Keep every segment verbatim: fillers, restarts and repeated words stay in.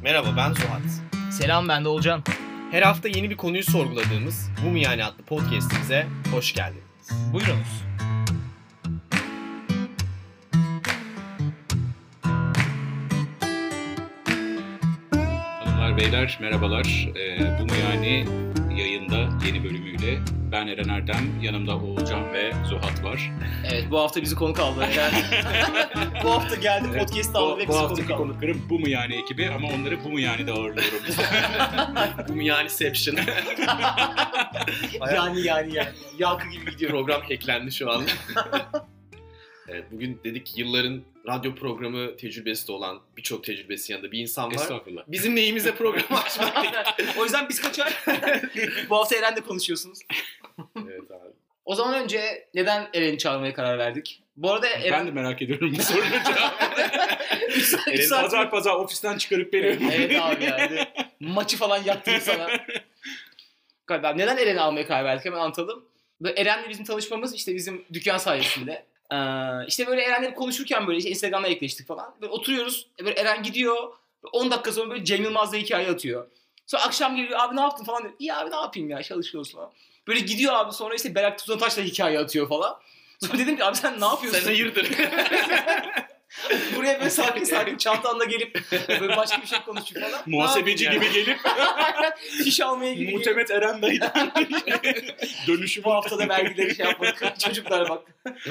Merhaba, ben Zuhat. Selam, ben de Olcan. Her hafta yeni bir konuyu sorguladığımız Bu Mu Yani adlı podcast'imize hoş geldiniz. Buyurunuz. Hanımlar, beyler merhabalar. Ee, Bu Mu Yani yayında yeni bölümüyle ben Eren Erdem, yanımda Oğulcan ve Zuhat var. Evet, bu hafta bizi konuk aldı. bu hafta geldi Evet, podcast aldı bu, ve bu bizi haftaki konuk aldı. konuklarım Bu Mu Yani ekibi ama onları Bu Mu Yani'de ağırlıyorum. Bu Mu Yani'ception. yani yani yani. Yankı gibi gidiyor. Program hacklendi şu an. Evet, bugün dedik ki yılların radyo programı tecrübesi de olan, birçok tecrübesi yanında bir insan var. Estağfurullah. Bizim neyimize program açmak değil. O yüzden biz kaçar. Bu hafta Eren'le konuşuyorsunuz. Evet abi. O zaman önce neden Eren'i çağırmaya karar verdik? Bu arada Eren... Ben de merak ediyorum bu sorunun cevabını. üç, üç Eren saat... pazar pazar ofisten çıkarıp beni. Evet abi yani. Maçı falan yaptırdı sana. Galiba neden Eren'i almaya karar verdik? Hemen anlatalım. Böyle Eren'le bizim tanışmamız işte bizim dükkan sayesinde. Ee, işte böyle Eren'le konuşurken böyle işte Instagram'da ekleştik falan. Böyle oturuyoruz. Böyle Eren gidiyor. on dakika sonra böyle Cem Yılmaz'la hikaye atıyor. Sonra akşam geliyor, abi ne yaptın falan diyor. İyi abi ne yapayım ya, çalışıyoruz falan. Böyle gidiyor abi, sonra işte Berak Tuzuntaş'la hikaye atıyor falan. Sonra dedim ki abi sen ne yapıyorsun? Sen hayırdır? Buraya böyle sakin sakin çantanla gelip böyle başka bir şey konuşuyor falan. Muhasebeci Ne gibi gelip Fiş almaya gibi. Muhtemet Eren Bey'den dönüşü Bu hafta da vergileri şey yapmadık. Çocuklar bak.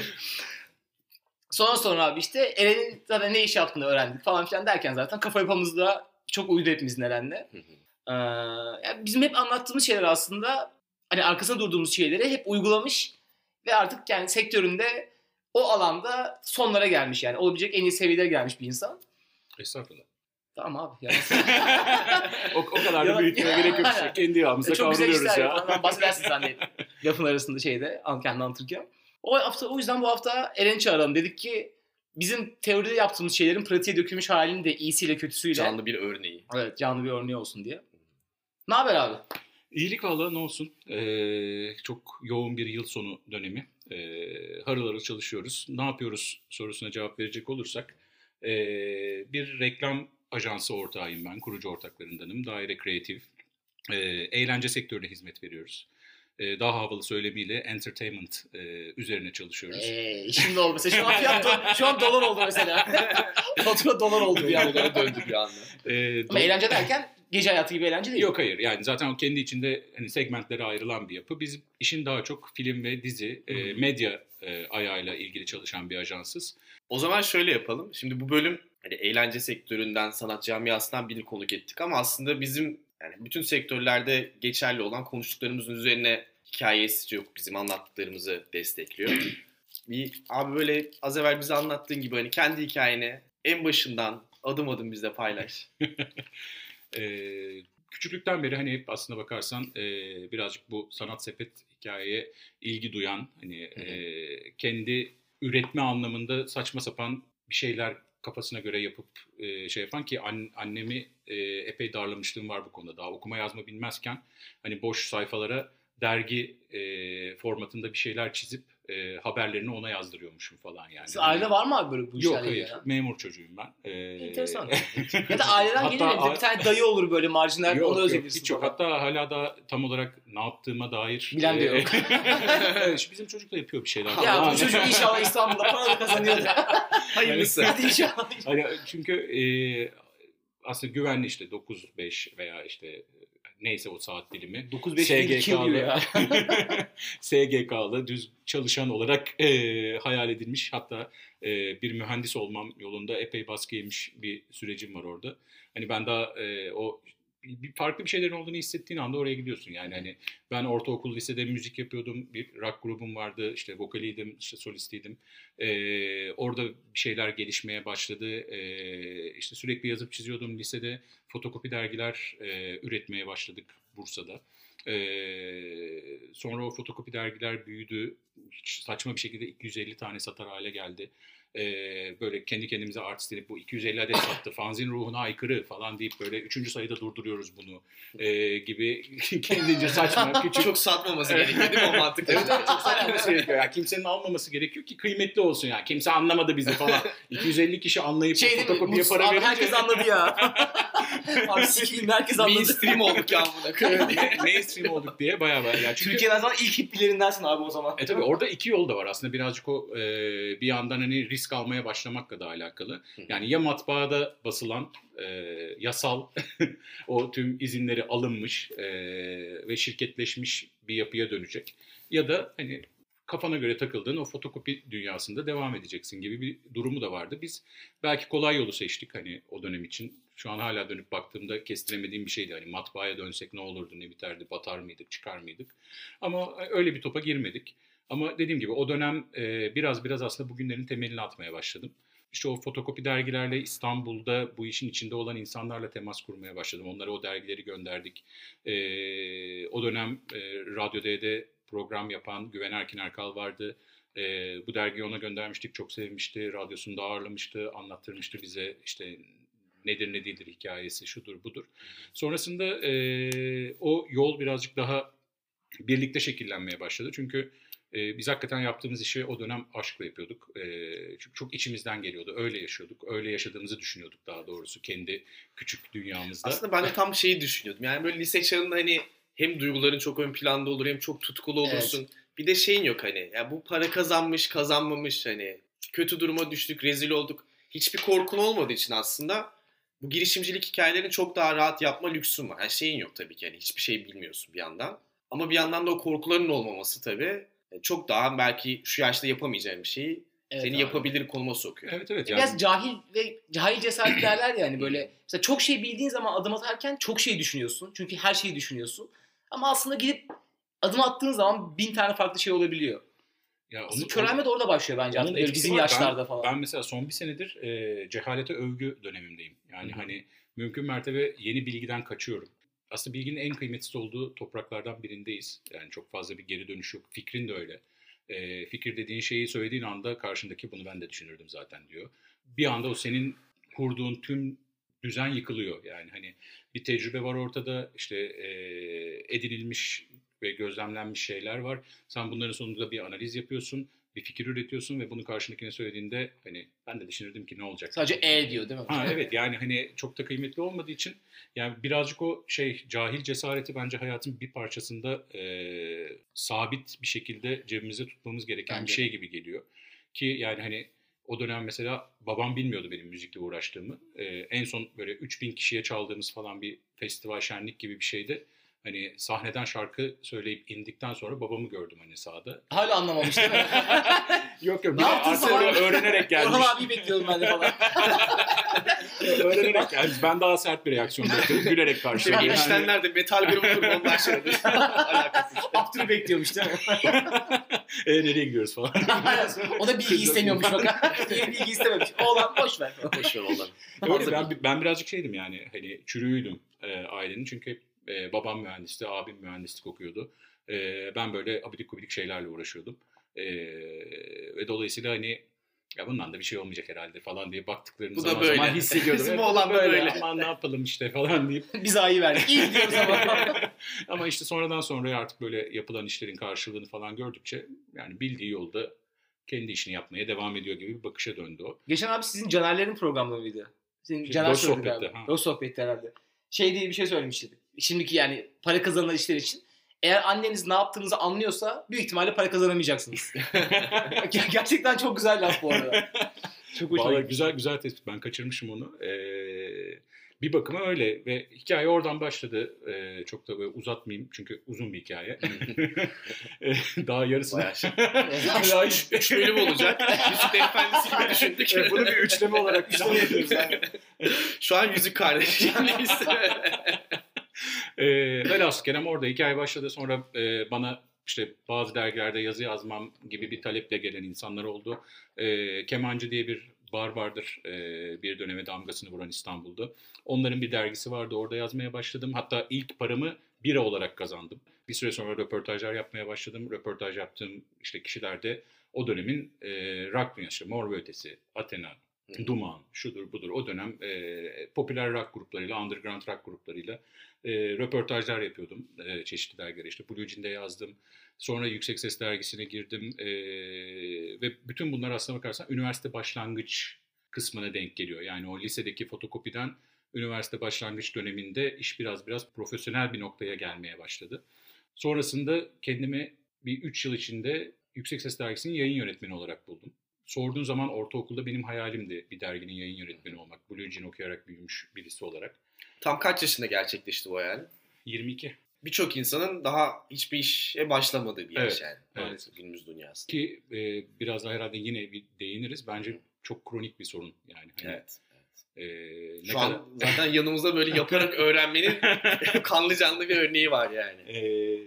Sonra sonra abi işte Eren'in zaten ne iş yaptığını öğrendik falan filan derken zaten kafa yapımızda çok uydu hepimizin Eren'le. Ee, yani bizim hep anlattığımız şeyler aslında hani arkasında durduğumuz şeyleri hep uygulamış ve artık yani sektöründe o alanda sonlara gelmiş, yani olabilecek en iyi seviyelere gelmiş bir insan. Estağfurullah. Tamam abi. Yani. o, o kadar da büyütmeye gerek yok. İşte. Kendi yağımıza çok güzel kavruluyoruz işler ya. ya. Bahsedersin zannettim. Lafın arasında şeyde kendi anlatırken. O hafta, o yüzden bu hafta Eren'i çağıralım. Dedik ki bizim teoride yaptığımız şeylerin pratiğe dökülmüş halini de iyisiyle kötüsüyle. Canlı bir örneği. Evet, canlı bir örneği olsun diye. Ne haber abi? İyilik vallahi ne olsun. Ee, çok yoğun bir yıl sonu dönemi. Ee, harıl harıl çalışıyoruz. Ne yapıyoruz sorusuna cevap verecek olursak. Ee, bir reklam ajansı ortağıyım ben. Kurucu ortaklarındanım. Daire Kreatif. Ee, eğlence sektörüne hizmet veriyoruz. Ee, daha havalı söylemiyle entertainment e, üzerine çalışıyoruz. Eee şimdi oldu mesela. Şu an fiyat do- şu an dolar oldu mesela. Fatura dolar oldu bir anda. Dolara döndü bir anda. Ee, Ama eğlence derken gece hayatı gibi eğlence değil. Yok hayır, yani zaten o kendi içinde hani segmentlere ayrılan bir yapı. Biz işin daha çok film ve dizi, e, medya e, ayağıyla ilgili çalışan bir ajansız. O zaman şöyle yapalım. Şimdi bu bölüm hani eğlence sektöründen, sanat camiasından birini konuk ettik ama aslında bizim yani bütün sektörlerde geçerli olan konuştuklarımızın üzerine hikayesi yok. Bizim anlattıklarımızı destekliyor. Bir abi böyle az evvel bize anlattığın gibi hani kendi hikayeni en başından adım adım bizle paylaş. Ee, küçüklükten beri hani hep aslına bakarsan e, birazcık bu sanat sepet hikayeye ilgi duyan, hani e, kendi üretme anlamında saçma sapan bir şeyler kafasına göre yapıp e, şey yapan ki an, annemi e, epey darlamışlığım var bu konuda. Daha okuma yazma bilmezken hani boş sayfalara dergi e, formatında bir şeyler çizip e, haberlerini ona yazdırıyormuşum falan yani. Siz aile var mı abi böyle bu Yok işlerle hayır, ilgilenen? memur çocuğuyum ben. Ee, Enteresan. Ya da aileden Hatta gelir mi? Bir tane dayı olur böyle marjinal, Yok, onu yok, özebilirsin. hiç yok. Hatta hala da tam olarak ne yaptığıma dair... Bilen de yok. Evet, bizim çocuk da yapıyor bir şeyler. Ya Ama- bu çocuk inşallah İstanbul'da para da kazanıyor. Hayırlısı. Hadi inşallah. Hani çünkü e, aslında güvenli işte dokuz beş veya işte neyse o saat dilimi. dokuz beş iki yıl ya. S G K'lı düz çalışan olarak e, hayal edilmiş. Hatta e, bir mühendis olmam yolunda epey baskı yemiş bir sürecim var orada. Hani ben daha e, o bir farklı bir şeylerin olduğunu hissettiğin anda oraya gidiyorsun. Yani hani ben ortaokul, lisede müzik yapıyordum. Bir rock grubum vardı. İşte vokaliydim, işte solistiydim. Ee, orada bir şeyler gelişmeye başladı. Ee, işte sürekli yazıp çiziyordum lisede. Fotokopi dergiler e, üretmeye başladık Bursa'da. Ee, sonra o fotokopi dergiler büyüdü. Hiç saçma bir şekilde iki yüz elli tane satar hale geldi. e, böyle kendi kendimize artist edip bu iki yüz elli adet sattı, fanzin ruhuna aykırı falan deyip böyle üçüncü sayıda durduruyoruz bunu e, gibi kendince saçma küçük. Çok satmaması gerekiyor değil mi o mantıkla? Evet, evet, çok satmaması gerekiyor. Yani kimsenin almaması gerekiyor ki kıymetli olsun yani. Kimse anlamadı bizi falan. iki yüz elli kişi anlayıp Şey değil mi? fotokopiye Mutsuz para abi, verince. herkes anladı ya. Abi sikiyim, herkes anladı. Mainstream olduk ya amına. Mainstream olduk diye bayağı bayağı. Yani çünkü, Türkiye'den sonra ilk hippilerindensin abi o zaman. E tabii orada iki yol da var aslında, birazcık o e, bir yandan hani risk almaya başlamakla da alakalı. Yani ya matbaada basılan e, yasal o tüm izinleri alınmış e, ve şirketleşmiş bir yapıya dönecek, ya da hani kafana göre takıldığın o fotokopi dünyasında devam edeceksin gibi bir durumu da vardı. Biz belki kolay yolu seçtik hani o dönem için. Şu an hala dönüp baktığımda kestiremediğim bir şeydi. Hani matbaaya dönsek ne olurdu, ne biterdi, batar mıydık, çıkar mıydık? Ama öyle bir topa girmedik. Ama dediğim gibi o dönem e, biraz biraz aslında bugünlerin temelini atmaya başladım. İşte o fotokopi dergilerle İstanbul'da bu işin içinde olan insanlarla temas kurmaya başladım. Onlara o dergileri gönderdik. E, o dönem e, Radyo D'de program yapan Güven Erkin Erkal vardı. E, bu dergiyi ona göndermiştik. Çok sevmişti. Radyosunda ağırlamıştı. Anlattırmıştı bize işte nedir ne değildir hikayesi, şudur budur. Sonrasında e, o yol birazcık daha birlikte şekillenmeye başladı. Çünkü e, biz hakikaten yaptığımız işi o dönem aşkla yapıyorduk. E, çünkü çok içimizden geliyordu. Öyle yaşıyorduk. Öyle yaşadığımızı düşünüyorduk daha doğrusu kendi küçük dünyamızda. Aslında ben de tam şeyi düşünüyordum. Yani böyle lise çağında hani hem duyguların çok ön planda olur hem çok tutkulu olursun. Evet. Bir de şeyin yok hani. Ya bu para kazanmış, kazanmamış, hani kötü duruma düştük, rezil olduk. Hiçbir korkun olmadığı için aslında bu girişimcilik hikayelerini çok daha rahat yapma lüksün var. Yani şeyin yok tabii ki. Yani hiçbir şey bilmiyorsun bir yandan. Ama bir yandan da o korkuların olmaması tabii çok daha belki şu yaşta yapamayacağın bir şeyi evet, seni abi. yapabilir konuma sokuyor. Evet evet. Biraz yani. cahil ve cahil cesaret derler ya hani böyle. Mesela çok şey bildiğin zaman adım atarken çok şey düşünüyorsun. Çünkü her şeyi düşünüyorsun. Ama aslında gidip adım attığın zaman bin tane farklı şey olabiliyor. Ya onu, körelme de orada başlıyor bence artık bizim yaşlarda ben, falan. Ben mesela son bir senedir e, cehalete övgü dönemimdeyim. Yani Hı-hı. hani mümkün mertebe yeni bilgiden kaçıyorum. Aslında bilginin en kıymetsiz olduğu topraklardan birindeyiz. Yani çok fazla bir geri dönüş yok. Fikrin de öyle. E, fikir dediğin şeyi söylediğin anda karşındaki bunu ben de düşünürdüm zaten diyor. Bir anda o senin kurduğun tüm düzen yıkılıyor. Yani hani bir tecrübe var ortada, işte e, edinilmiş ve gözlemlenmiş şeyler var. Sen bunların sonunda bir analiz yapıyorsun, bir fikir üretiyorsun ve bunu karşındakine söylediğinde hani ben de düşünürdüm ki ne olacak? Sadece e diyor değil mi? Ha evet, yani hani çok da kıymetli olmadığı için yani birazcık o şey cahil cesareti bence hayatın bir parçasında e, sabit bir şekilde cebimize tutmamız gereken bence bir şey gibi geliyor. Ki yani hani o dönem mesela babam bilmiyordu benim müzikle uğraştığımı. Ee, en son böyle üç bin kişiye çaldığımız falan bir festival, şenlik gibi bir şeydi. Hani sahneden şarkı söyleyip indikten sonra babamı gördüm hani sahada. Hala anlamamış değil mi? Yok yok. Ne yaptın falan? Öğrenerek gelmiş. Orhan abiyi bekliyordum ben de falan. Öğrenerek gelmiş. Ben daha sert bir reaksiyon bekliyorum. Gülerek karşıladım. Yani. Eniştenler de metal grubu kurmam başladı. Alakasız. Abdül'ü bekliyormuş değil mi? e nereye gidiyoruz falan. O da bilgi istemiyormuş bak. Yeni bilgi istememiş. Oğlan boş ver. Boş ver oğlan. Öyle ben, ben birazcık şeydim yani hani çürüğüydüm e, ailenin. Çünkü e, babam mühendisti, abim mühendislik okuyordu. E, ben böyle abidik gubidik şeylerle uğraşıyordum. E, ve dolayısıyla hani ya bundan da bir şey olmayacak herhalde falan diye baktıklarını bu zaman da böyle. zaman hissediyordum. Bizim oğlan böyle. böyle. Aman ne yapalım işte falan deyip. Biz ayı verdik. İyi gidiyoruz ama. Ama işte sonradan sonra artık böyle yapılan işlerin karşılığını falan gördükçe yani bildiği yolda kendi işini yapmaya devam ediyor gibi bir bakışa döndü o. Geçen abi sizin Caner'lerin programları mıydı? Senin şey, Caner Dost Sohbet'te. Dost Sohbet'te herhalde. Şey diye bir şey söylemişti. Şimdiki yani para kazanılan işler için. Eğer anneniz ne yaptığınızı anlıyorsa büyük ihtimalle para kazanamayacaksınız. Gerçekten çok güzel laf bu arada. Çok Vallahi güzel güzel tespit. Ben kaçırmışım onu. Ee, bir bakıma öyle ve hikaye oradan başladı. Ee, çok da böyle uzatmayayım çünkü uzun bir hikaye. Daha yarısını. Daha üç, üç bölüm olacak. Yüzük Efendisi gibi düşündük. Evet, bunu bir üçleme olarak üçleme yapıyoruz. Yani. Şu an Yüzük Kardeşliğindeyiz. ee, velhasıl Kerem orada hikaye başladı. Sonra e, bana işte bazı dergilerde yazı yazmam gibi bir taleple gelen insanlar oldu. E, Kemancı diye bir bar vardır. E, bir döneme damgasını vuran İstanbul'da. Onların bir dergisi vardı. Orada yazmaya başladım. Hatta ilk paramı bira olarak kazandım. Bir süre sonra röportajlar yapmaya başladım. Röportaj yaptığım işte kişiler de o dönemin e, rock dünyası, Mor ve Ötesi, Athena, Hı. Duman, şudur budur o dönem e, popüler rock gruplarıyla, underground rock gruplarıyla e, röportajlar yapıyordum e, çeşitli dergilere. İşte Blue Jean'de yazdım. Sonra Yüksek Ses dergisine girdim e, ve bütün bunlar aslına bakarsan üniversite başlangıç kısmına denk geliyor. Yani o lisedeki fotokopiden üniversite başlangıç döneminde iş biraz biraz profesyonel bir noktaya gelmeye başladı. Sonrasında kendimi bir üç yıl içinde Yüksek Ses dergisinin yayın yönetmeni olarak buldum. Sorduğun zaman ortaokulda benim hayalimdi bir derginin yayın yönetmeni olmak. Blue Jean okuyarak büyümüş birisi olarak. Tam kaç yaşında gerçekleşti bu hayal? yirmi iki. Birçok insanın daha hiçbir işe başlamadığı bir yaş evet, yani. Evet. Günümüz dünyasında. Ki e, biraz daha herhalde yine bir değiniriz. Bence çok kronik bir sorun yani. Hani, evet. E, ne Şu kadar... an zaten yanımızda böyle yaparak öğrenmenin kanlı canlı bir örneği var yani. E,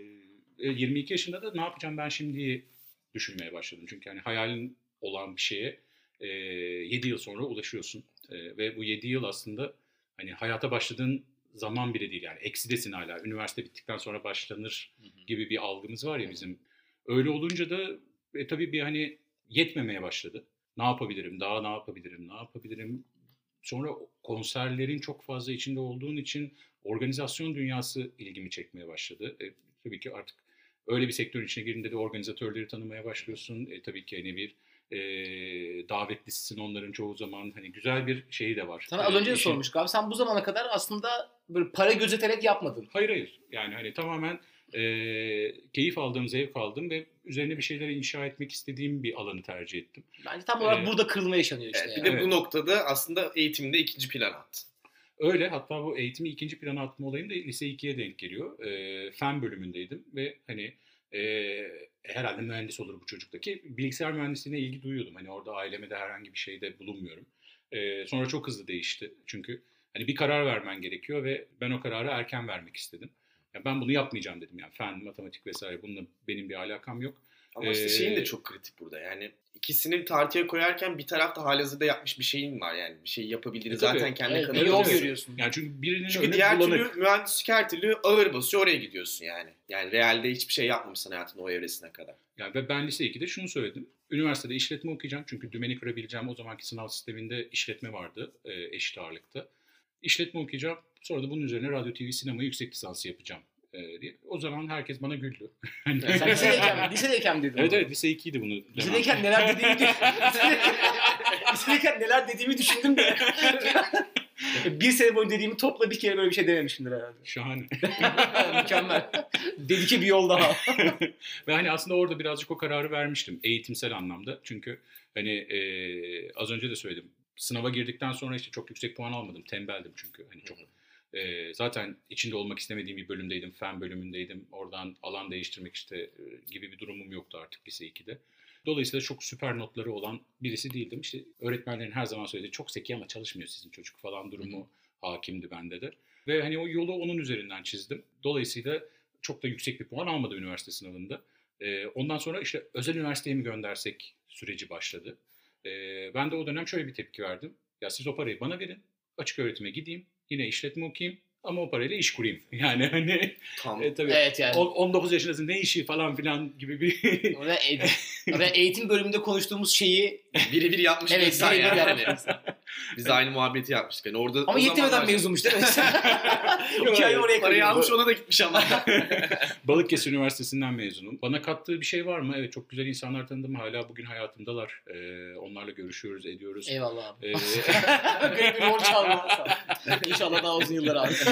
yirmi iki yaşında da ne yapacağım ben şimdi düşünmeye başladım. Çünkü hani hayalin olan bir şeye e, yedi yıl sonra ulaşıyorsun. E, ve bu yedi yıl aslında hani hayata başladığın zaman bile değil yani. Eksidesin hala. Üniversite bittikten sonra başlanır gibi bir algımız var ya bizim. Öyle olunca da e, tabii bir hani yetmemeye başladı. Ne yapabilirim? Daha ne yapabilirim? Ne yapabilirim? Sonra konserlerin çok fazla içinde olduğun için organizasyon dünyası ilgimi çekmeye başladı. E, tabii ki artık öyle bir sektörün içine girdiğinde de organizatörleri tanımaya başlıyorsun. E, tabii ki hani bir e, davetlisin onların çoğu zaman. Hani güzel bir şeyi de var. Sana az önce de işin... sormuştuk abi. Sen bu zamana kadar aslında böyle para gözeterek yapmadın. Hayır hayır. Yani hani tamamen e, keyif aldığım, zevk aldım ve üzerine bir şeyleri inşa etmek istediğim bir alanı tercih ettim. Bence tam olarak ee, burada kırılma yaşanıyor işte. Evet, yani. bir de evet. bu noktada aslında eğitimde ikinci plan attı. Öyle, hatta bu eğitimi ikinci plana atma olayım da lise ikiye denk geliyor. E, fen bölümündeydim ve hani e, herhalde mühendis olur bu çocuktaki. Bilgisayar mühendisliğine ilgi duyuyordum. Hani orada aileme de herhangi bir şeyde bulunmuyorum. E, sonra çok hızlı değişti. Çünkü hani bir karar vermen gerekiyor ve ben o kararı erken vermek istedim. Yani ben bunu yapmayacağım dedim yani. Fen, matematik vesaire bununla benim bir alakam yok. Ama işte şeyin de çok kritik burada yani. İkisini tartıya koyarken bir tarafta halihazırda yapmış bir şeyin var yani. Bir şey yapabildiğini E, tabii. zaten kendi Evet, kanalında bir yol görüyorsun. görüyorsun. Yani çünkü birinin Çünkü önü diğer bulanık. türlü mühendislik her türlü ağır basıyor oraya gidiyorsun yani. Yani realde hiçbir şey yapmamışsın hayatında o evresine kadar. Yani ve ben lise ikide şunu söyledim. Üniversitede işletme okuyacağım çünkü dümeni kırabileceğim o zamanki sınav sisteminde işletme vardı e, eşit ağırlıkta. İşletme okuyacağım. Sonra da bunun üzerine radyo, T V, sinema yüksek lisansı yapacağım e, diye. O zaman herkes bana güldü. Sen lisedeyken, lisedeyken dedin. Evet evet lise ikiydi bunu. Lisedeyken neler dediğimi lisedeyken neler dediğimi düşündüm de. Bir sene boyunca dediğimi topla bir kere böyle bir şey dememişimdir herhalde. Şahane. Mükemmel. Dedike bir yol daha. Ve hani aslında orada birazcık o kararı vermiştim eğitimsel anlamda. Çünkü hani e, az önce de söyledim. Sınava girdikten sonra işte çok yüksek puan almadım. Tembeldim çünkü. Hani çok e, zaten içinde olmak istemediğim bir bölümdeydim. Fen bölümündeydim. Oradan alan değiştirmek işte e, gibi bir durumum yoktu artık lise ikide. Dolayısıyla çok süper notları olan birisi değildim. İşte öğretmenlerin her zaman söylediği çok zeki ama çalışmıyor sizin çocuk falan durumu hakimdi bende de. Ve hani o yolu onun üzerinden çizdim. Dolayısıyla çok da yüksek bir puan almadı üniversite sınavında. Ee, ondan sonra işte özel üniversiteye mi göndersek süreci başladı. Ee, ben de o dönem şöyle bir tepki verdim. Ya siz o parayı bana verin, açık öğretime gideyim, yine işletme okuyayım. Ama o parayla iş kurayım. Yani hani Tam. e, tabii Evet yani. on dokuz yaşındasın ne işi falan filan gibi bir... Orada eğitim, orada eğitim bölümünde konuştuğumuz şeyi birebir yapmış bir evet insan birebir yani. yapmış. Biz de aynı muhabbeti yapmıştık. Yani orada Ama yetmeden mezunmuş değil mi? Hikaye oraya parayı almış kayıyor. ona da gitmiş ama. Balıkesir Üniversitesi'nden mezunum. Bana kattığı bir şey var mı? Evet çok güzel insanlar tanıdım. Hala bugün hayatımdalar. Ee, onlarla görüşüyoruz, ediyoruz. Eyvallah abi. Ee, Garip bir rol çalma. İnşallah daha uzun yıllar abi.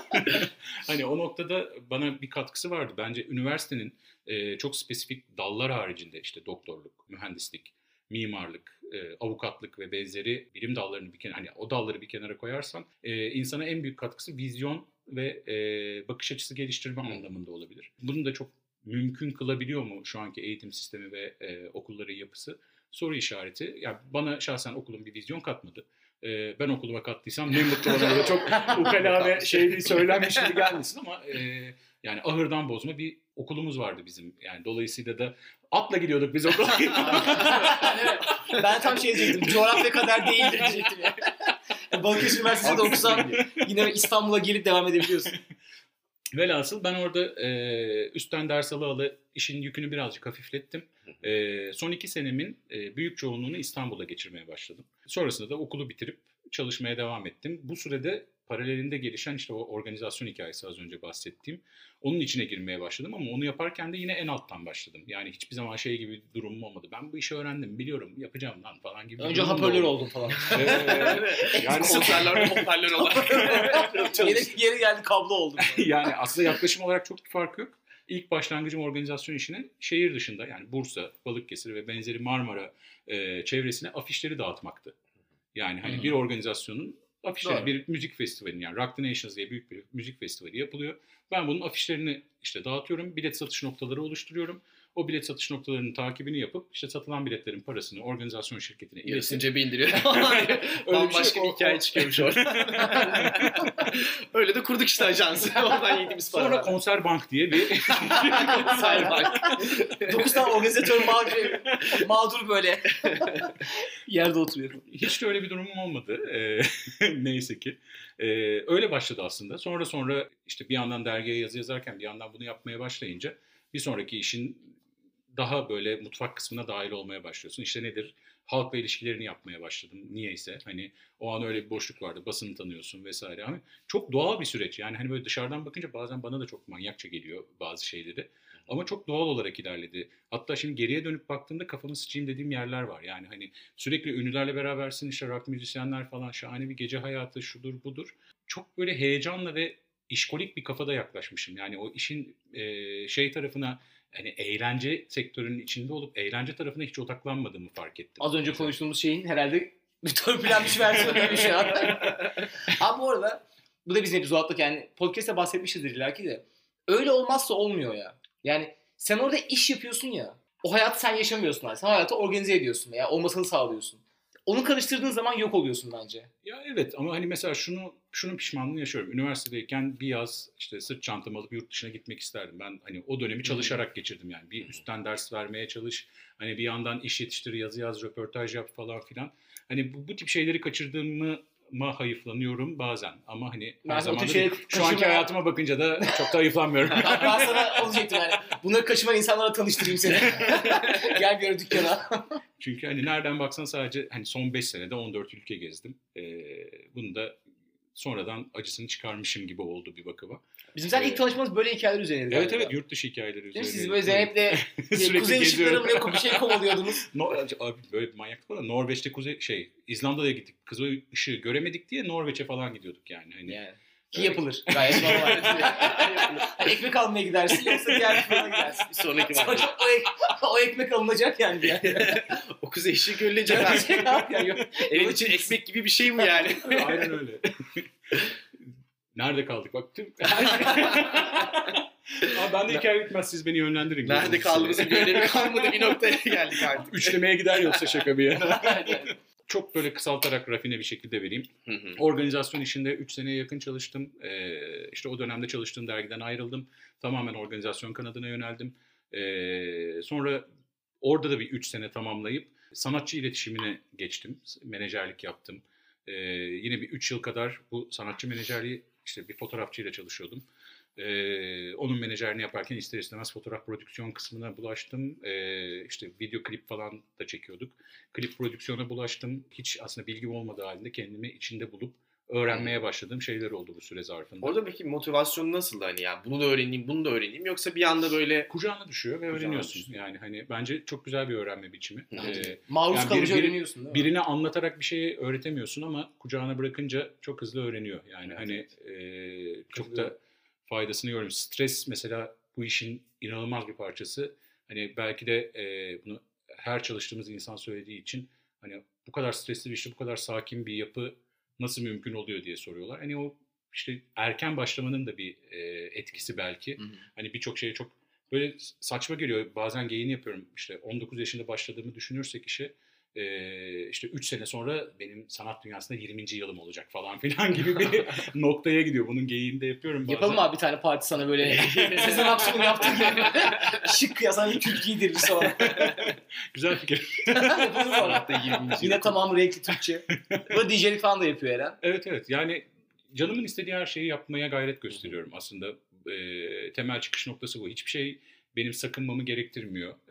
hani o noktada bana bir katkısı vardı. Bence üniversitenin e, çok spesifik dallar haricinde işte doktorluk, mühendislik, mimarlık, e, avukatlık ve benzeri bilim dallarını bir kenara, hani o dalları bir kenara koyarsan e, insana en büyük katkısı vizyon ve e, bakış açısı geliştirme hmm. anlamında olabilir. Bunu da çok mümkün kılabiliyor mu şu anki eğitim sistemi ve e, okulların yapısı? Soru işareti. Yani bana şahsen okulun bir vizyon katmadı. E, ben okuluma kattıysam ne mutlu bana. Çok ukala ve şey söylenmiş gibi gelmesin ama e, yani ahırdan bozma bir okulumuz vardı bizim. Yani dolayısıyla da atla gidiyorduk biz okula. Evet. Ben tam şey diyecektim. Coğrafya kadar değildir diyecektim yani. Balıkesir Üniversitesi'nde okusan yine İstanbul'a gelip devam edebiliyorsun. Velhasıl ben orada e, üstten ders alı alı işin yükünü birazcık hafiflettim. E, son iki senemin e, büyük çoğunluğunu İstanbul'da geçirmeye başladım. Sonrasında da okulu bitirip çalışmaya devam ettim. Bu sürede paralelinde gelişen işte o organizasyon hikayesi az önce bahsettiğim. Onun içine girmeye başladım ama onu yaparken de yine en alttan başladım. Yani hiçbir zaman şey gibi bir durumum olmadı. Ben bu işi öğrendim, biliyorum, yapacağım lan falan gibi. Önce hoparlör oldum falan. Yani konserlerde hoparlör olarak. yeri, yeri geldi kablo oldum. Yani aslında yaklaşım olarak çok bir fark yok. İlk başlangıcım organizasyon işine şehir dışında yani Bursa, Balıkesir ve benzeri Marmara e, çevresine afişleri dağıtmaktı. Yani hani hmm. bir organizasyonun afişleri, doğru. Bir müzik festivali yani Rock the Nations diye büyük bir müzik festivali yapılıyor. Ben bunun afişlerini işte dağıtıyorum, bilet satış noktaları oluşturuyorum. O bilet satış noktalarının takibini yapıp işte satılan biletlerin parasını organizasyon şirketine iletip yarısını cebe indiriyor. Bambaşka bir hikaye çıkıyormuş orada. Öyle de kurduk işte ajansı. Oradan yediğimiz para. Sonra Konser Bank diye bir Konser Bank. Dokuz tane organizatör mağdur, mağdur böyle yerde oturuyor. Hiç de öyle bir durumum olmadı. Ee, neyse ki. Ee, öyle başladı aslında. Sonra sonra işte bir yandan dergiye yazı yazarken bir yandan bunu yapmaya başlayınca bir sonraki işin daha böyle mutfak kısmına dahil olmaya başlıyorsun. İşte nedir? Halkla ilişkilerini yapmaya başladım. Niyeyse hani o an öyle bir boşluk vardı. Basını tanıyorsun vesaire. Ama çok doğal bir süreç. Yani hani böyle dışarıdan bakınca bazen bana da çok manyakça geliyor bazı şeyleri. Ama çok doğal olarak ilerledi. Hatta şimdi geriye dönüp baktığımda kafamı sıçayım dediğim yerler var. Yani hani sürekli ünlülerle berabersin, işte rock müzisyenler falan, şahane bir gece hayatı, şudur budur. Çok böyle heyecanla ve işkolik bir kafada yaklaşmışım. Yani o işin e, şey tarafına, hani eğlence sektörünün içinde olup eğlence tarafına hiç odaklanmadığımı fark ettim. Az önce konuştuğumuz şeyin herhalde bir törpülenmiş versiyonu gibi şu an. Abi bu arada bu da bizim epizoddaki yani podcast'te bahsetmişizdir illaki de. Öyle olmazsa olmuyor ya. Yani sen orada iş yapıyorsun ya. O hayatı sen yaşamıyorsun abi. Sen hayatı organize ediyorsun veya olmasını sağlıyorsun. Onu karıştırdığın zaman yok oluyorsun bence. Ya evet ama hani mesela şunu şunun pişmanlığını yaşıyorum. Üniversitedeyken bir yaz işte sırt çantamı alıp yurt dışına gitmek isterdim. Ben hani o dönemi çalışarak geçirdim yani. Bir üstten ders vermeye çalış. Hani bir yandan iş yetiştir, yazı yaz, röportaj yap falan filan. Hani bu, bu tip şeyleri kaçırdığımı ma hayıflanıyorum bazen ama hani her zaman şey, şu anki kaçırma... hayatıma bakınca da çok da hayıflanmıyorum. Ben sana olacaktım yani. Bunları kaçırman insanlara tanıştırayım seni. Gel gör dükkana. Çünkü hani nereden baksan sadece hani son beş senede on dört ülke gezdim. Ee, bunu da sonradan acısını çıkarmışım gibi oldu bir bakıma. Bizim zaten ee, ilk tanışmamız böyle hikayeler üzerine. Evet evet yurt dışı hikayeleri üzerine. Siz böyle Zeynep'le kuzey ışıkları mı ne bir şey kovalıyordunuz? No, abi böyle bir manyaklık var da Norveç'te kuzey şey İzlanda'ya gittik. Kuzey ışığı göremedik diye Norveç'e falan gidiyorduk yani. Hani, yani. Ki yapılır. Gayet normal. Yani ekmek almaya gidersin yoksa diğer bir falan gidersin. Bir sonraki var. o, ek, o ekmek alınacak yani. yani. O kuzey ışığı görülecek. Evin için ekmek gibi bir şey mi yani? Aynen öyle. Nerede kaldık bak tüm... Abi ben de hikaye bitmez siz beni yönlendirin. Nerede kaldığımızın bir önemi kalmadı bir noktaya geldik artık. Üçlemeye gider yoksa şaka bir yana. Çok böyle kısaltarak rafine bir şekilde vereyim. Hı hı. Organizasyon işinde üç seneye yakın çalıştım. Ee, işte o dönemde çalıştığım dergiden ayrıldım. Tamamen organizasyon kanadına yöneldim. Ee, sonra orada da bir üç sene tamamlayıp sanatçı iletişimine geçtim. Menajerlik yaptım. Ee, yine bir üç yıl kadar bu sanatçı menajerliği işte bir fotoğrafçıyla çalışıyordum. Ee, onun menajerini yaparken ister istemez fotoğraf prodüksiyon kısmına bulaştım. Ee, işte video klip falan da çekiyorduk. Klip prodüksiyona bulaştım. Hiç aslında bilgim olmadığı halinde kendimi içinde bulup öğrenmeye başladığım şeyler oldu bu süre zarfında. Orada peki motivasyon nasıl hani ya bunu da öğreneyim, bunu da öğreneyim yoksa bir anda böyle kucağına düşüyor ve öğreniyorsun. Düşüyor. Yani hani bence çok güzel bir öğrenme biçimi. Ee, Maruz yani kalınca bir, öğreniyorsun değil mi? Birine anlatarak bir şeyi öğretemiyorsun ama kucağına bırakınca çok hızlı öğreniyor. Yani evet. hani e, çok da faydasını görüyorum. Stres mesela bu işin inanılmaz bir parçası. Hani belki de e, bunu her çalıştığımız insan söylediği için hani bu kadar stresli bir işte bu kadar sakin bir yapı nasıl mümkün oluyor diye soruyorlar. Hani o işte erken başlamanın da bir e, etkisi belki. Hı hı. Hani birçok şeye çok böyle saçma geliyor. Bazen geyini yapıyorum. İşte on dokuz yaşında başladığımı düşünürsek işe e, işte üç sene sonra benim sanat dünyasında yirminci yılım olacak falan filan gibi bir noktaya gidiyor. Bunun geyiğini de yapıyorum bazen. Yapalım abi bir tane parti sana böyle Sezen Aksu'nun yaptığı gibi. Şık ya sana bir kürk giydirir sonra. Güzel fikir. Yine tamamı renkli Türkçe. Bu D J'lik falan da yapıyor Eren. Evet evet yani canımın istediği her şeyi yapmaya gayret gösteriyorum aslında. E, temel çıkış noktası bu. Hiçbir şey benim sakınmamı gerektirmiyor.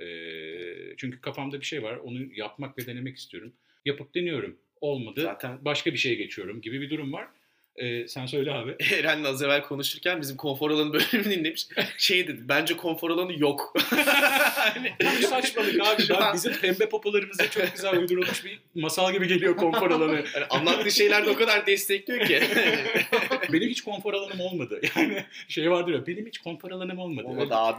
E, çünkü kafamda bir şey var. Onu yapmak ve denemek istiyorum. Yapıp deniyorum. Olmadı. Zaten başka bir şeye geçiyorum gibi bir durum var. Ee, sen söyle abi. Eren'le az evvel konuşurken bizim konfor alanı bölümünü dinlemiş. Şey dedi, bence konfor alanı yok. Hani, Bu saçmalık abi. Şu Ben, an- bizim pembe popolarımıza çok güzel uydurulmuş bir masal gibi geliyor konfor alanı. hani anlattığı şeyler de o kadar destekliyor ki. Benim hiç konfor alanım olmadı. Yani şey vardır ya, benim hiç konfor alanım olmadı. Olmadı abi.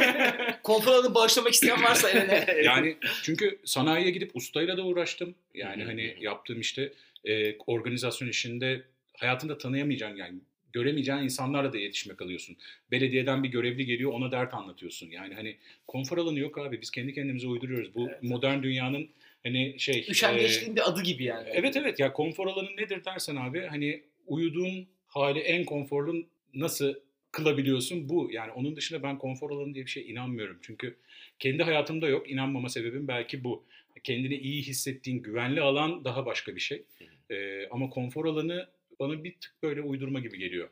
Konfor alanı bağışlamak isteyen varsa Eren'e. Yani çünkü sanayiye gidip ustayla da uğraştım. Yani Hı hı hani hı. yaptığım işte e, organizasyon işinde hayatında tanıyamayacağın, yani göremeyeceğin insanlarla da iletişime kalıyorsun. Belediyeden bir görevli geliyor, ona dert anlatıyorsun. Yani hani konfor alanı yok abi. Biz kendi kendimize uyduruyoruz. Bu Evet. modern dünyanın hani şey... Üşengeçliğin bir adı gibi yani. Evet evet ya, konfor alanı nedir dersen abi, hani uyuduğun hali en konforlu nasıl kılabiliyorsun bu. Yani onun dışında ben konfor alanı diye bir şeye inanmıyorum. Çünkü kendi hayatımda yok. İnanmama sebebim belki bu. Kendini iyi hissettiğin güvenli alan daha başka bir şey. Ee, ama konfor alanı bana bir tık böyle uydurma gibi geliyor.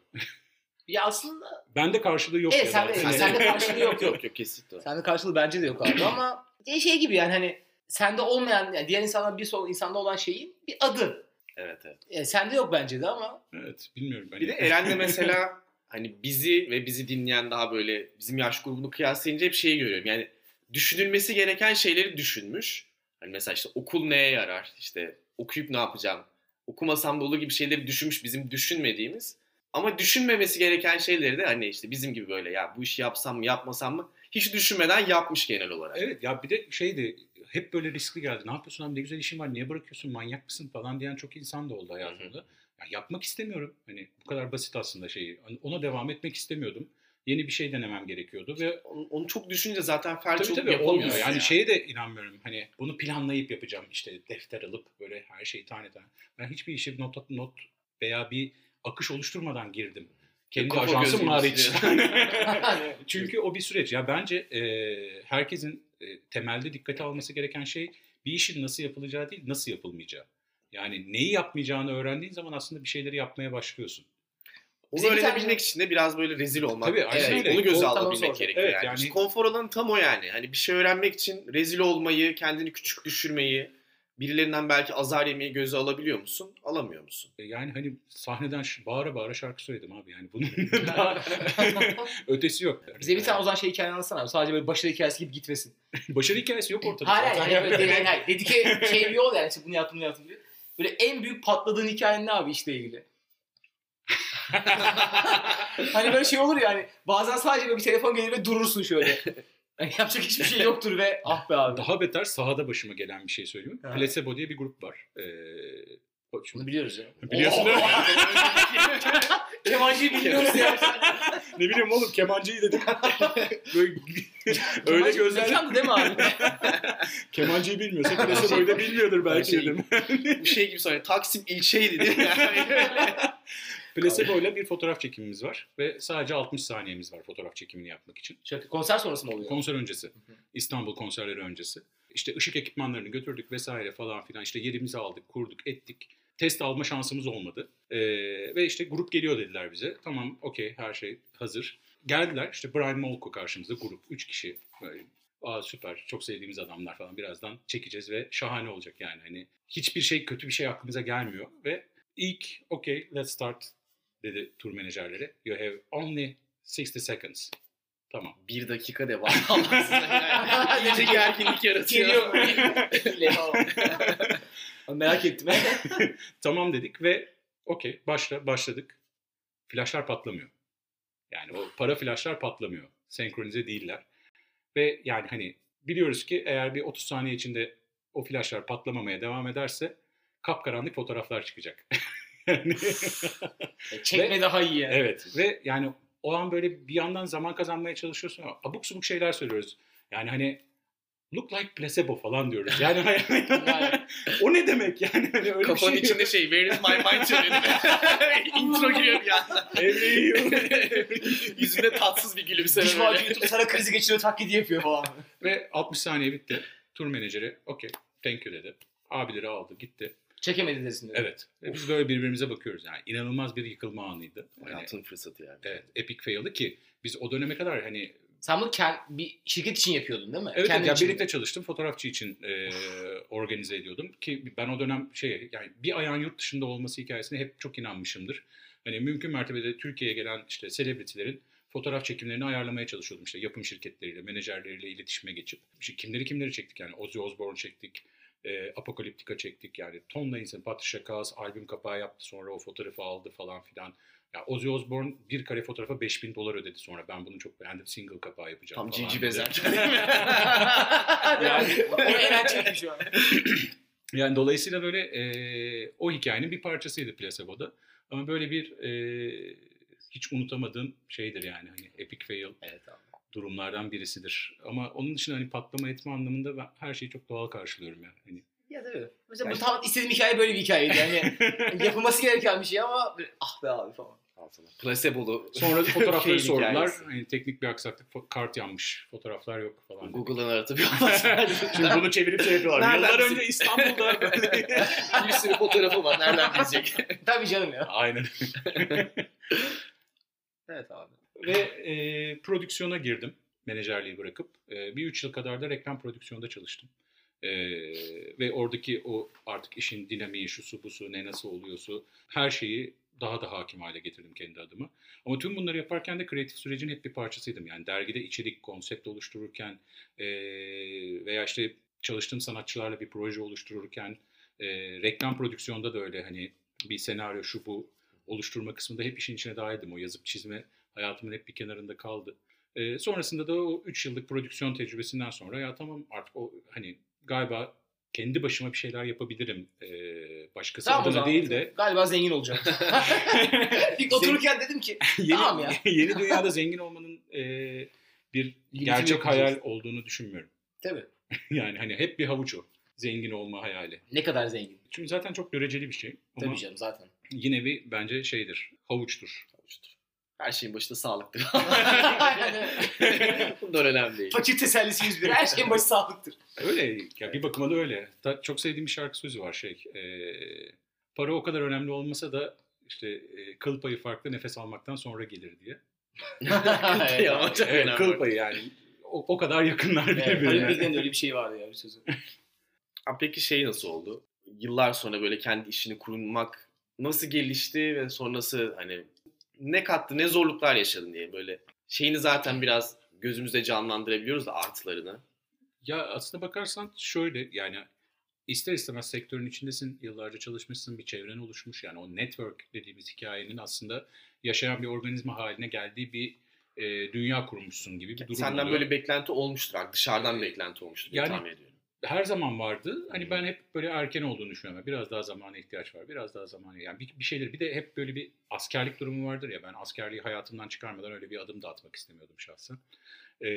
Ya aslında Bende karşılığı yok. Evet, ya sen da. de- Hani- sen de karşılığı yok, yok. yok yok kesinlikle. sende karşılığı bence de yok abi ama şey gibi yani hani sende olmayan, yani diğer insanlar bir sol insanda olan şeyin bir adı. Evet evet. Yani sende yok bence de ama. Evet, bilmiyorum. Hani... Bir de Eren'le mesela hani bizi ve bizi dinleyen daha böyle bizim yaş grubunu kıyaslayınca hep şeyi görüyorum. Yani düşünülmesi gereken şeyleri düşünmüş. Hani mesela işte okul neye yarar? İşte okuyup ne yapacağım? Okumasam da olur gibi şeyleri düşünmüş, bizim düşünmediğimiz. Ama düşünmemesi gereken şeyleri de hani işte bizim gibi böyle ya bu işi yapsam mı yapmasam mı hiç düşünmeden yapmış genel olarak. Evet ya, bir de şeydi, hep böyle riskli geldi. Ne yapıyorsun abi, ne güzel işin var, niye bırakıyorsun, manyak mısın falan diyen çok insan da oldu hayatımda. Ya yapmak istemiyorum. Hani bu kadar basit aslında şeyi. Hani ona devam etmek istemiyordum. Yeni bir şey denemem gerekiyordu ve Onu, onu çok düşününce zaten felç tabii olup tabii olmuyor. yapamıyorsun. Yani Yani. şeye de inanmıyorum. Hani bunu planlayıp yapacağım, işte defter alıp böyle her şeyi tane tane. Ben hiçbir işe not not veya bir akış oluşturmadan girdim. Kendi Kafa ajansım gözü hariç. Hani Çünkü o bir süreç. Ya bence e, herkesin e, temelde dikkate alması gereken şey bir işin nasıl yapılacağı değil, nasıl yapılmayacağı. Yani neyi yapmayacağını öğrendiğin zaman aslında bir şeyleri yapmaya başlıyorsun. Onu Bize bir tane- öğrenebilmek için de biraz böyle rezil olmak. Tabii, aynen şey, öyle. onu göze O tam alabilmek onu gerekiyor Evet, yani. yani- İşte konfor alanı tam o yani. Hani bir şey öğrenmek için rezil olmayı, kendini küçük düşürmeyi, birilerinden belki azar yemeyi göze alabiliyor musun? Alamıyor musun? E, Yani hani sahneden ş- bağıra bağıra şarkı söyledim abi, yani bunun daha ötesi yok. bize bir tane o zaman şey hikaye anlatsana abi. Sadece böyle başarı hikayesi gibi gitmesin. Başarı hikayesi yok ortada. Hayır zaten. hayır. Hayır, hayır, hayır. Dedike şey bir yol yani. İşte bunu yaptım bunu yaptım diye. Böyle en büyük patladığın hikayen ne abi işle ilgili? Hani böyle şey olur ya hani bazen sadece böyle bir telefon gelir ve durursun şöyle. Yani yapacak hiçbir şey yoktur ve ah be abi. Daha beter sahada başıma gelen bir şey söyleyeyim. Ha. Placebo diye bir grup var. Ee, o- şimdi- Bunu biliyoruz ya. Biliyorsun değil mi? Kemancıyı bilmiyoruz ya. Ne bileyim oğlum, kemancıyı dedim. Böyle, öyle Kemancı gözler. mekandı değil mi abi? Kemancıyı bilmiyorsa Placebo'yu da bilmiyordur belki Şey- dedim. Bu şey gibi sonra Taksim ilçeydi değil mi? Yani. Placebo ile bir fotoğraf çekimimiz var ve sadece altmış saniyemiz var fotoğraf çekimini yapmak için. Şöyle, konser sonrası mı oluyor? Konser öncesi. İstanbul konserleri öncesi. İşte ışık ekipmanlarını götürdük vesaire falan filan. İşte yerimizi aldık, kurduk, ettik. Test alma şansımız olmadı. Ee, ve işte grup geliyor dediler bize. Tamam, okey, her şey hazır. Geldiler, işte Brian Molko karşımızda, grup. Üç kişi. Böyle, aa süper, çok sevdiğimiz adamlar falan. Birazdan çekeceğiz ve şahane olacak yani. Hani hiçbir şey, kötü bir şey aklımıza gelmiyor. Ve ilk, okey, let's start dedi tur menajerleri. You have only sixty seconds. Tamam. Bir dakika devam. Allah size yani. İyice gerginlik yaratıyor. Geliyor. Merak ettim. Tamam dedik ve okey, başla başladık. Flaşlar patlamıyor. Yani o para flaşlar patlamıyor. Senkronize değiller. Ve yani hani biliyoruz ki eğer bir otuz saniye içinde o flaşlar patlamamaya devam ederse kapkaranlık fotoğraflar çıkacak. Yani- Çekme daha iyi yani. evet ve yani o an böyle bir yandan zaman kazanmaya çalışıyorsun ama abuk subuk şeyler söylüyoruz. Yani hani look like placebo falan diyoruz. Yani hani, o ne demek yani? Hani öyle Kafanın bir şey içinde şey Where is my mind söyledi. Intro giriyor bir anda. Evreyi Yüzünde tatsız bir gülümseme Diş böyle. macunu tutup sana krizi geçiriyor taklidi yapıyor falan. Ve altmış saniye bitti. Tur menajeri okey, thank you dedi. Abileri aldı gitti. Çekemedi desin. Evet. Ve biz böyle birbirimize bakıyoruz yani. İnanılmaz bir yıkılma anıydı. Hayatın fırsatı yani. Evet. Epic fail'dı ki biz o döneme kadar hani... Sen bunu kend, bir şirket için yapıyordun değil mi? Evet. Kendin Ya için birlikte mi? çalıştım. Fotoğrafçı için e, organize ediyordum. Ki ben o dönem şey yani bir ayağın yurt dışında olması hikayesine hep çok inanmışımdır. Hani mümkün mertebede Türkiye'ye gelen işte selebritilerin fotoğraf çekimlerini ayarlamaya çalışıyordum. İşte yapım şirketleriyle, menajerleriyle iletişime geçip. İşte kimleri kimleri çektik yani. Ozzy Osbourne çektik. E, Apocalyptica çektik yani. Tonla insan. Patricia Kaas albüm kapağı yaptı. Sonra o fotoğrafı aldı falan filan. Ya Ozzy Osbourne bir kare fotoğrafa beş bin dolar ödedi sonra. Ben bunu çok beğendim. Single kapağı yapacağım Tam falan. Cici Bezer. Yani o eğlenceli şu an. Yani dolayısıyla böyle e, o hikayenin bir parçasıydı Placebo'da. Ama böyle bir e, hiç unutamadığım şeydir yani. Hani epic fail Evet abi. durumlardan birisidir. Ama onun dışında hani patlama etme anlamında ben her şeyi çok doğal karşılıyorum yani. Hani Ya tabii. Mesela Yani- bu tam istediğim hikaye böyle bir hikayeydi. Yani yapılması gereken bir şey ama ah be abi falan. Altına. Placebo'lu. sonra fotoğrafları fail sordular. hikayesi. Hani teknik bir aksaklık, fo- kart yanmış, fotoğraflar yok falan. Google'dan aratıp yapmasın. Şimdi bunu çevirip şey yapıyorlar. Nereden Yıllar bizim- önce İstanbul'da böyle. Bir sürü fotoğrafı var. Nereden bilecek? Tabii canım ya. Aynen. Evet abi. Ve e, prodüksiyona girdim menajerliği bırakıp. E, bir üç yıl kadar da reklam prodüksiyonda çalıştım. E, ve oradaki o artık işin dinamiği, şusu busu, ne nasıl oluyorsa her şeyi daha da hakim hale getirdim kendi adıma. Ama tüm bunları yaparken de kreatif sürecin hep bir parçasıydım. Yani dergide içerik, konsept oluştururken e, veya işte çalıştığım sanatçılarla bir proje oluştururken e, reklam prodüksiyonda da öyle hani bir senaryo şu bu oluşturma kısmında hep işin içine dahildim. O yazıp çizme hayatımın hep bir kenarında kaldı. E, sonrasında da o üç yıllık prodüksiyon tecrübesinden sonra ya tamam artık o hani galiba kendi başıma bir şeyler yapabilirim. E, başkası Tamam o adına zaman. değil de Galiba zengin olacağım. İlk otururken dedim ki yeni, tamam ya. yeni dünyada zengin olmanın e, bir Limiti gerçek yok hayal diyeceksin. olduğunu düşünmüyorum. Tabii. Yani hani hep bir havuç o. Zengin olma hayali. Ne kadar zengin. Çünkü zaten çok göreceli bir şey. Ama Tabii canım zaten. yine bir bence şeydir. Havuçtur. Her şeyin başında sağlıktır. Aynen öyle. Bunlar önemli değil. Fakir tesellisi yüz bir. Her şeyin başı sağlıktır. Öyle. Ya bir bakıma da öyle. Da, çok sevdiğim bir şarkı sözü var şey. E, para o kadar önemli olmasa da işte e, kıl payı farklı nefes almaktan sonra gelir diye. Evet, Ama çok Evet, önemli. kıl payı yani. O, o kadar yakınlar Evet, birbirine. Halil Bilginer'in öyle bir şey vardı ya bir sözü. Ha, peki şey nasıl oldu? Yıllar sonra böyle kendi işini kurmak nasıl gelişti ve sonrası hani ne kattı, ne zorluklar yaşadın diye böyle şeyini zaten biraz gözümüzde canlandırabiliyoruz da artılarını. Ya aslına bakarsan şöyle yani ister istemez sektörün içindesin, yıllarca çalışmışsın, bir çevren oluşmuş. Yani o network dediğimiz hikayenin aslında yaşayan bir organizma haline geldiği bir e, dünya kurmuşsun gibi bir durum Senden oluyor. böyle beklenti olmuştur artık. Dışarıdan beklenti olmuştur diye Yani- tahmin ediyorum. Her zaman vardı. Hani ben hep böyle erken olduğunu düşünüyorum. Biraz daha zamana ihtiyaç var. Biraz daha zamana. Yani bir, bir şeyler. Bir de hep böyle bir askerlik durumu vardır ya. Ben askerliği hayatımdan çıkarmadan öyle bir adım da atmak istemiyordum şahsen. Ee,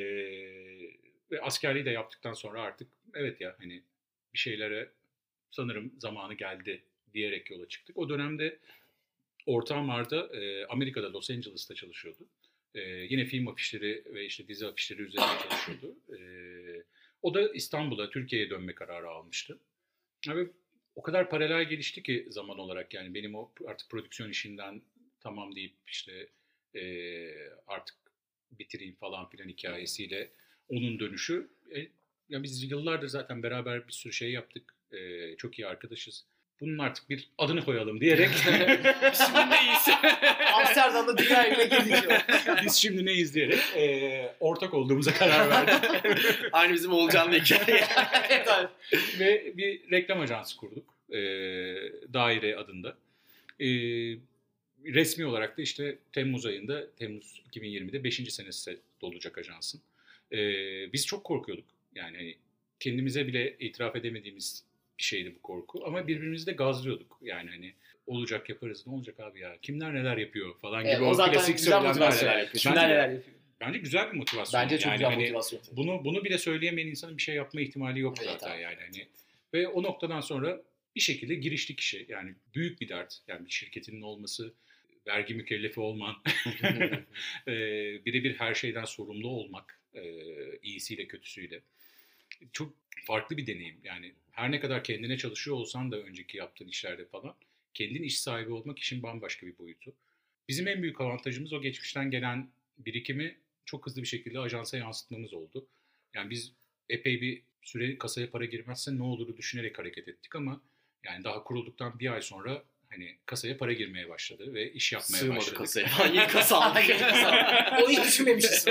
ve askerliği de yaptıktan sonra artık evet ya hani bir şeylere sanırım zamanı geldi diyerek yola çıktık. O dönemde ortağım Arda e, Amerika'da Los Angeles'ta çalışıyordu. E, yine film afişleri ve işte dizi afişleri üzerine çalışıyordu. E, o da İstanbul'a, Türkiye'ye dönme kararı almıştı. Abi o kadar paralel gelişti ki zaman olarak yani benim o artık prodüksiyon işinden tamam deyip işte e, artık bitireyim falan filan hikayesiyle onun dönüşü. E, ya biz yıllardır zaten beraber bir sürü şey yaptık. E, çok iyi arkadaşız. Bunun artık bir adını koyalım diyerek Şimdi neyiz? Amsterdam'da dünya evine girdik. biz şimdi neyiz diyerek e, ortak olduğumuza karar verdik. Aynı bizim Olcan'la hikaye. Evet abi. Ve bir reklam ajansı kurduk. E, Daire adında. E, resmi olarak da işte Temmuz ayında, Temmuz iki bin yirmide beşinci senesi dolacak ajansın. E, biz çok korkuyorduk. Yani hani kendimize bile itiraf edemediğimiz bir şeydi bu korku. Ama birbirimizi de gazlıyorduk. Yani hani olacak yaparız, ne olacak abi ya? Kimler neler yapıyor falan gibi Evet, o, o zaten klasik güzel motivasyon. söylemler. yapıyor. Kimler Bence, neler yapıyor. bence güzel bir motivasyon. Bence çok yani güzel hani motivasyon. Bunu bunu bile söyleyemeyen insanın bir şey yapma ihtimali yok Evet, zaten abi. yani hani. Ve o noktadan sonra bir şekilde giriştik işe. Yani büyük bir dert. Yani bir şirketinin olması, vergi mükellefi olman, e, birebir her şeyden sorumlu olmak, e, iyisiyle kötüsüyle. çok farklı bir deneyim. Yani her ne kadar kendine çalışıyor olsan da önceki yaptığın işlerde falan, kendin iş sahibi olmak işin bambaşka bir boyutu. Bizim en büyük avantajımız o geçmişten gelen birikimi çok hızlı bir şekilde ajansa yansıtmamız oldu. Yani biz epey bir süre kasaya para girmezse ne oluru düşünerek hareket ettik ama yani daha kurulduktan bir ay sonra hani kasaya para girmeye başladı ve iş yapmaya Sığmadı başladık. kasaya. Yeni kasa aldık. Onu hiç düşünmemişiz.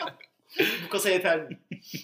Bu kasa yeter mi?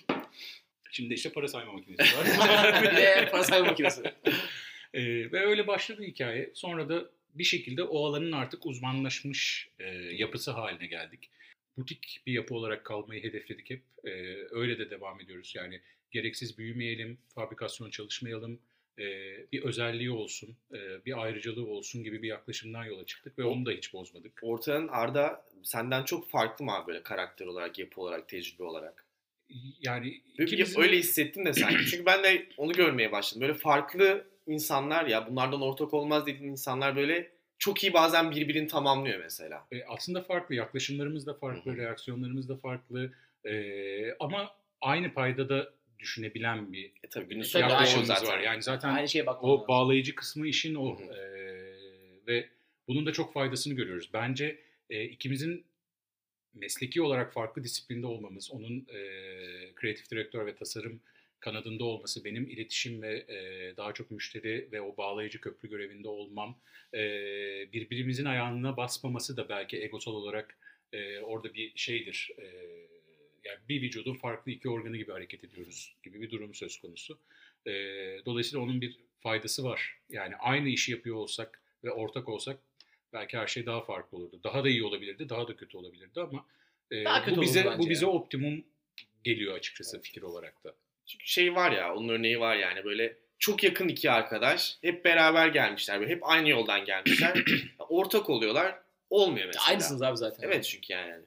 Şimdi işte para sayma makinesi var. Bir de para sayma makinesi. Ee, ve öyle başladı hikaye. Sonra da bir şekilde o alanın artık uzmanlaşmış e, yapısı haline geldik. Butik bir yapı olarak kalmayı hedefledik hep. Ee, öyle de devam ediyoruz. Yani gereksiz büyümeyelim, fabrikasyon çalışmayalım, e, bir özelliği olsun, e, bir ayrıcalığı olsun gibi bir yaklaşımdan yola çıktık ve onu da hiç bozmadık. Ortağın Arda senden çok farklı mı abi böyle karakter olarak, yapı olarak, tecrübe olarak? Yani Böyle ikimizin- öyle hissettim de sanki. Çünkü ben de onu görmeye başladım. Böyle farklı insanlar ya, bunlardan ortak olmaz dediğin insanlar böyle çok iyi bazen birbirini tamamlıyor mesela. E, aslında farklı, yaklaşımlarımız da farklı, Hı hı. reaksiyonlarımız da farklı. E, ama aynı paydada düşünebilen bir E tabii günün Tabii, sonunda o yaklaşımımız zaten. var. Yani zaten Aynı şeye bakmam o lazım. bağlayıcı kısmı işin o. Hı hı. E, ve bunun da çok faydasını görüyoruz. Bence e, ikimizin mesleki olarak farklı disiplinde olmamız, onun e, kreatif direktör ve tasarım kanadında olması, benim iletişim ve e, daha çok müşteri ve o bağlayıcı köprü görevinde olmam, e, birbirimizin ayağına basmaması da belki egosal olarak e, orada bir şeydir. E, yani bir vücudun farklı iki organı gibi hareket ediyoruz gibi bir durum söz konusu. E, dolayısıyla onun bir faydası var. Yani aynı işi yapıyor olsak ve ortak olsak belki her şey daha farklı olurdu. Daha da iyi olabilirdi, daha da kötü olabilirdi ama e, Daha kötü bu bize olurdu bence bu bize ya. optimum geliyor açıkçası fikir olarak da. Çünkü şey var ya, onun örneği var yani, böyle çok yakın iki arkadaş hep beraber gelmişler. Böyle hep aynı yoldan gelmişler. Ortak oluyorlar. Olmuyor mesela. Aynısınız abi zaten. Evet çünkü yani.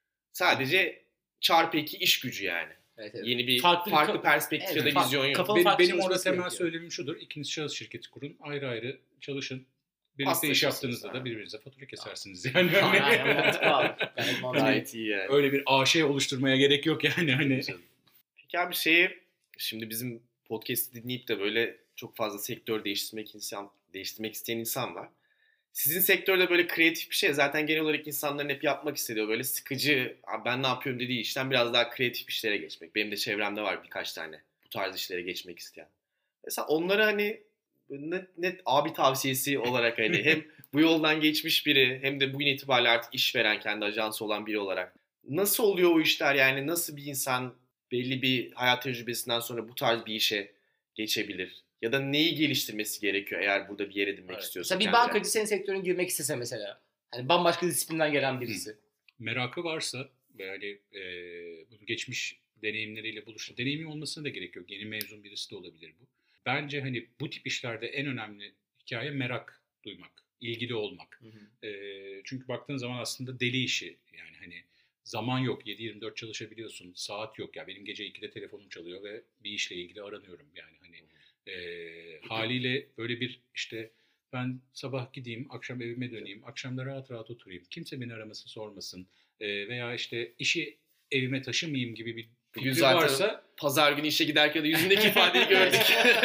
Sadece çarpı iki iş gücü yani. Evet, evet. Yeni bir Farklı farklı, bir ka- perspektif Evet, ya da farklı- vizyon yok. kafa- Benim, farklı benim orada çalışması temel gerekiyor. söylemim şudur. İkiniz şahıs şirketi kurun. Ayrı ayrı çalışın. Birlikte iş Paslaşırsınız yaptığınızda ha. da birbirinize fatura kesersiniz. Yani Aynen, hani- aynen, mantıklı abi. Gayet mantıklı. Gayet iyi yani. öyle bir A Ş oluşturmaya gerek yok yani. Hani Peki abi şeyi, şimdi bizim podcast'i dinleyip de böyle çok fazla sektör değiştirmek insan değiştirmek isteyen insan var. Sizin sektörde böyle kreatif bir şey zaten genel olarak insanların hep yapmak istediği böyle sıkıcı, "Abi ben ne yapıyorum" dediği işten biraz daha kreatif işlere geçmek. Benim de çevremde var birkaç tane bu tarz işlere geçmek isteyen. Mesela onlara hani net, net abi tavsiyesi olarak hani hem bu yoldan geçmiş biri hem de bugün itibariyle artık iş veren, kendi ajansı olan biri olarak nasıl oluyor o işler, yani nasıl bir insan belli bir hayat tecrübesinden sonra bu tarz bir işe geçebilir? Ya da neyi geliştirmesi gerekiyor eğer burada bir yer edinmek Evet. istiyorsa? Mesela bir kendine? bankacı senin sektörüne girmek istese mesela. Hani bambaşka disiplinden gelen birisi. merakı varsa ve hani e, bunun geçmiş deneyimleriyle buluştu. Deneyimi olmasına da gerek yok. Yeni mezun birisi de olabilir bu. Bence hani bu tip işlerde en önemli hikaye merak duymak, ilgili olmak. Hı hı. E, çünkü baktığın zaman aslında deli işi. Yani hani zaman yok. yedi yirmi dört çalışabiliyorsun. Saat yok. Ya benim gece ikide telefonum çalıyor ve bir işle ilgili aranıyorum. Yani hani e, haliyle böyle bir işte ben sabah gideyim, akşam evime döneyim, akşamda rahat rahat oturayım. Kimse beni aramasın, sormasın. E, veya işte işi evime taşımayayım gibi bir Bugün fikri zaten varsa pazar günü işe giderken de yüzündeki ifadeyi gördük.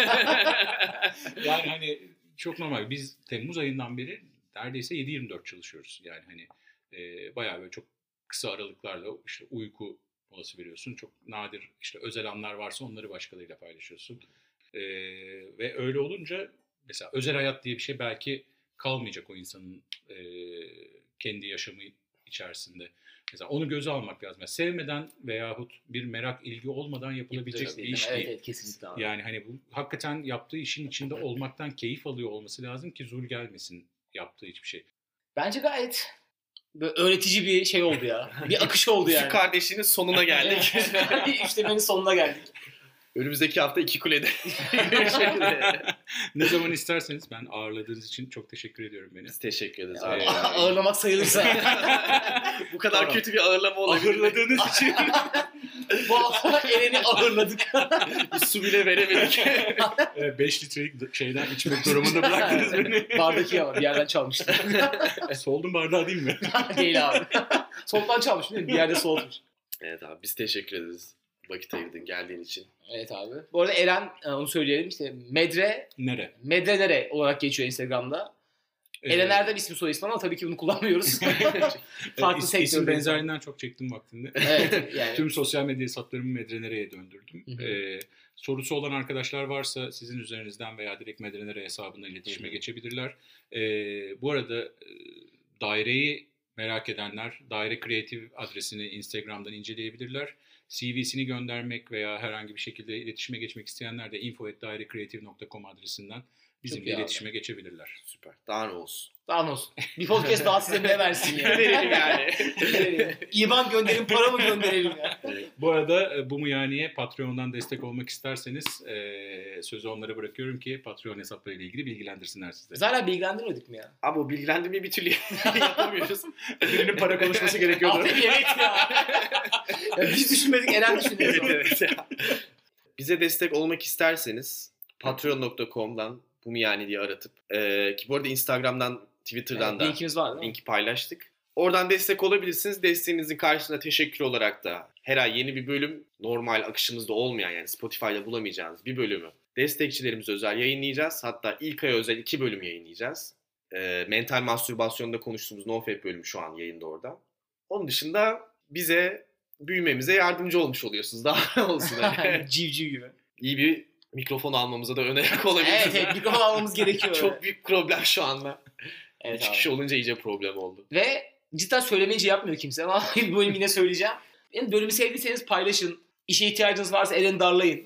yani hani çok normal. Biz Temmuz ayından beri neredeyse yedi yirmi dört çalışıyoruz. Yani hani e, bayağı böyle çok kısa aralıklarla işte uyku molası veriyorsun. Çok nadir işte özel anlar varsa onları başkalarıyla paylaşıyorsun. E, ve öyle olunca mesela özel hayat diye bir şey belki kalmayacak o insanın e, kendi yaşamı içerisinde. Mesela onu göze almak lazım. Yani sevmeden veyahut bir merak, ilgi olmadan yapılabilecek bir iş Evet, değil. evet, kesinlikle abi. Yani hani bu hakikaten yaptığı işin içinde olmaktan keyif alıyor olması lazım ki zul gelmesin yaptığı hiçbir şey. Bence gayet böyle öğretici bir şey oldu ya. Bir akış oldu Su yani. kardeşinin sonuna geldik. İşlemenin sonuna geldik. Önümüzdeki hafta iki kulede. Görüşmek üzere. Ne zaman isterseniz ben ağırladığınız için çok teşekkür ediyorum beni. Biz teşekkür ederiz. Ya, abi. ağırlamak sayılırsa. Bu kadar Tamam. kötü bir ağırlama olabilir. Ağırladığınız için. Bu hafta Eren'i ağırladık. Bir su bile veremedik. beş litrelik şeyden içmek durumunda bıraktınız beni. Bardaki ama bir yerden çalmıştım. Soldum bardağı değil mi? Değil abi. Soldan çalmış değil mi? Bir yerde soğutmuş. Evet abi, biz teşekkür ederiz. vakit ayırdın geldiğin için. Evet abi. Bu arada Eren, onu söyleyelim işte Medre, Nere? Medre Nere olarak geçiyor Instagram'da. Ee, Eren Erdem ismi soy ismi ama tabii ki bunu kullanmıyoruz. Farklı is- sektörde. İsim benzerinden çok çektim vaktinde. Evet yani. Tüm sosyal medya hesaplarımı Medrenere'ye döndürdüm. Hı hı. Ee, sorusu olan arkadaşlar varsa sizin üzerinizden veya direkt Medrenere hesabına iletişime Hı hı. geçebilirler. Ee, bu arada e, daireyi merak edenler daire kreatif adresini Instagram'dan inceleyebilirler. C V'sini göndermek veya herhangi bir şekilde iletişime geçmek isteyenler de info at dairekreatif nokta com adresinden bizimle iyi abi. iletişime geçebilirler. Süper. Daha ne olsun. Tamam olsun. Bir podcast daha size ne versin ya. Verelim yani. İban gönderin, para mı gönderelim ya? Bu arada e, bu muyaniye Patreon'dan destek olmak isterseniz e, sözü onlara bırakıyorum ki Patreon hesaplarıyla ilgili bilgilendirsinler sizi. Biz hala bilgilendirmedik mi ya? Abi o bilgilendirmeyi bir türlü yapamıyoruz. Birinin para konuşması gerekiyordu. Abi evet ya. Ya biz düşünmedik, Eren düşündü. Evet, evet ya. Bize destek olmak isterseniz patreon nokta com'dan bu mu yani diye aratıp e, ki bu arada Instagram'dan, Twitter'dan Evet, da linkimiz var değil mi? linki paylaştık. Oradan destek olabilirsiniz. Desteğinizin karşılığında teşekkür olarak da her ay yeni bir bölüm, normal akışımızda olmayan yani Spotify'da bulamayacağınız bir bölümü destekçilerimize özel yayınlayacağız. Hatta ilk aya özel iki bölüm yayınlayacağız. E, mental mastürbasyonda konuştuğumuz NoFap bölümü şu an yayında orada. Onun dışında bize büyümemize yardımcı olmuş oluyorsunuz. Daha ne olsun. Hani. Civciv gibi. İyi bir mikrofon almamıza da ön ayak olabilir. Evet evet, mikrofon almamız gerekiyor. Çok büyük problem şu anda. Evet Üç abi. kişi olunca iyice problem oldu. Ve cidden söylemeyince yapmıyor kimse ama bir bölüm yine söyleyeceğim. Yani bölümü sevdiyseniz paylaşın. İşe ihtiyacınız varsa Eren'i darlayın.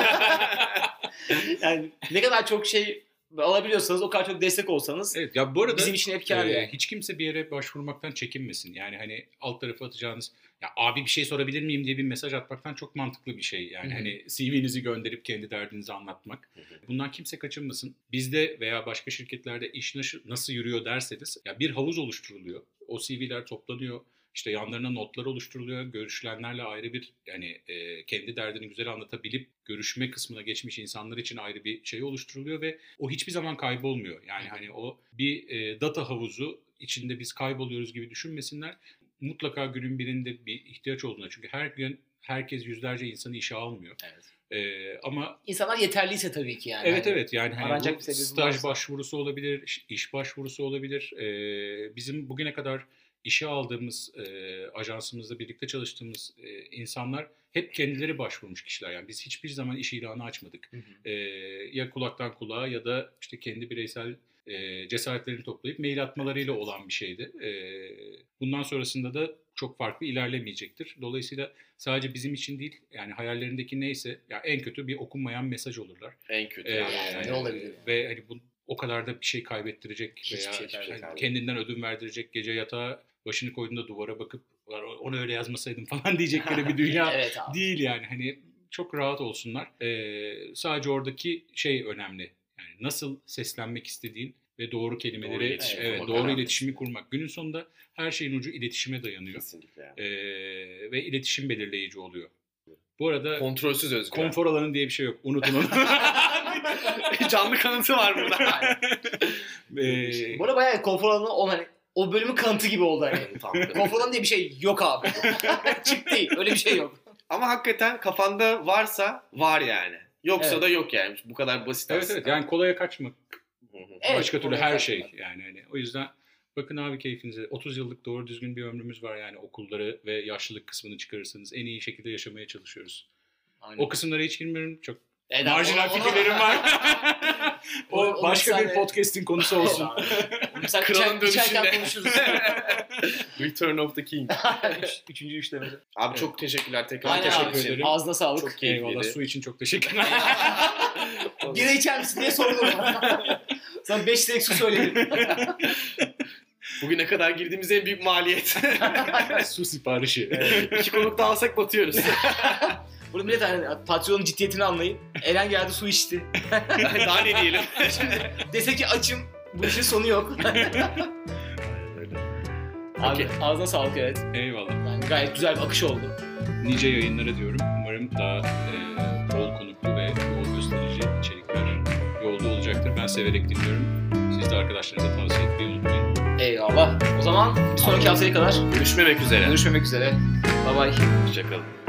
Yani ne kadar çok şey alabiliyorsanız, o kadar çok destek olsanız Evet ya bu arada bizim için hep kâr e, yani. hiç kimse bir yere başvurmaktan çekinmesin. Yani hani alt tarafa atacağınız ya abi bir şey sorabilir miyim diye bir mesaj atmaktan çok mantıklı bir şey. Yani Hı hı. hani C V'nizi gönderip kendi derdinizi anlatmak. Hı hı. Bundan kimse kaçınmasın. Bizde veya başka şirketlerde iş nasıl, nasıl yürüyor derseniz ya bir havuz oluşturuluyor. O C V'ler toplanıyor. İşte yanlarına notlar oluşturuluyor. Görüşülenlerle ayrı bir yani e, kendi derdini güzel anlatabilip görüşme kısmına geçmiş insanlar için ayrı bir şey oluşturuluyor ve o hiçbir zaman kaybolmuyor. Yani hani o bir e, data havuzu içinde biz kayboluyoruz gibi düşünmesinler. Mutlaka günün birinde bir ihtiyaç olduğuna çünkü her gün herkes yüzlerce insanı işe almıyor. Evet. E, ama İnsanlar yeterliyse tabii ki yani. evet evet yani hani Aranacak bu bir sebebim staj varsa. başvurusu olabilir, iş- iş başvurusu olabilir. Ee, bizim bugüne kadar işe aldığımız, e, ajansımızda birlikte çalıştığımız e, insanlar hep kendileri başvurmuş kişiler. Yani biz hiçbir zaman iş ilanı açmadık. Hı hı. Ee, ya kulaktan kulağa ya da işte kendi bireysel e, cesaretlerini toplayıp mail atmalarıyla olan bir şeydi. Ee, bundan sonrasında da çok farklı ilerlemeyecektir. Dolayısıyla sadece bizim için değil, yani hayallerindeki neyse, ya en kötü bir okunmayan mesaj olurlar. En kötü. Ee, yani. ne olabilir yani? Ve hani bu o kadar da bir şey kaybettirecek Hiçbir veya şey işte kaybetmez. hani kendinden ödün verdirecek, gece yatağa başını koyduğunda duvara bakıp onu öyle yazmasaydım falan diyecekleri bir dünya Evet abi. değil yani. Hani çok rahat olsunlar. Ee, sadece oradaki şey önemli. Yani nasıl seslenmek istediğin ve doğru kelimeleri, Doğru iletişim evet, kurmak doğru önemli. iletişimi kurmak. Günün sonunda her şeyin ucu iletişime dayanıyor. Kesinlikle yani. Ee, ve iletişim belirleyici oluyor. Bu arada Kontrolsüz özgüven. konfor alanı diye bir şey yok. Unutun onu. Canlı kanıtı var burada. Ee, Bu arada bayağı konfor alanı o, hani, o bölümün kanıtı gibi oldu hani. Tam. Konfor alanı diye bir şey yok abi. Çık değil. Öyle bir şey yok. Ama hakikaten kafanda varsa var yani. Yoksa Evet. da yok yani. Bu kadar basit evet aslında. evet yani kolaya kaçmak. Hı hı. Evet, Başka türlü kolaya her kaçmak. şey yani hani o yüzden bakın abi keyfinize. otuz yıllık doğru düzgün bir ömrümüz var yani okulları ve yaşlılık kısmını çıkarırsanız en iyi şekilde yaşamaya çalışıyoruz. Aynen. O kısımlara hiç girmiyorum. Çok Evet, marjinal onu- onu- fikirlerim var. Onu- o onu başka sen bir de- podcast'in konusu olsun. Mesela Kralın içer, içerken dönüşünde. konuşuruz. Return of the King. Üç, üçüncü üçlemede. Abi çok teşekkürler tekrar. Aynen teşekkür abi. ederim. Ağzına sağlık. Çok keyifliydi. Eyvallah su için çok teşekkürler. Bira içer misin diye sordum. Sana beş direkt su söyledim. Bugüne kadar girdiğimiz en büyük maliyet. su siparişi. İki konuk da alsak batıyoruz. Burada millet hani patronun ciddiyetini anlayın. Eren geldi su içti. Daha ne diyelim. Şimdi dese ki açım, bu işin sonu yok. Abi Okey. ağzına sağlık evet. Eyvallah. Yani gayet güzel bir akış oldu. Nice yayınlara diyorum. Umarım daha e, bol konuklu ve yol gösterici içerikler yolda olacaktır. Ben severek dinliyorum. Siz de arkadaşlarınıza tavsiye etmeyi unutmayın. Eyvallah. O zaman bir sonraki haftaya kadar Görüşmemek üzere. görüşmemek üzere. Bye bye. Hoşçakalın.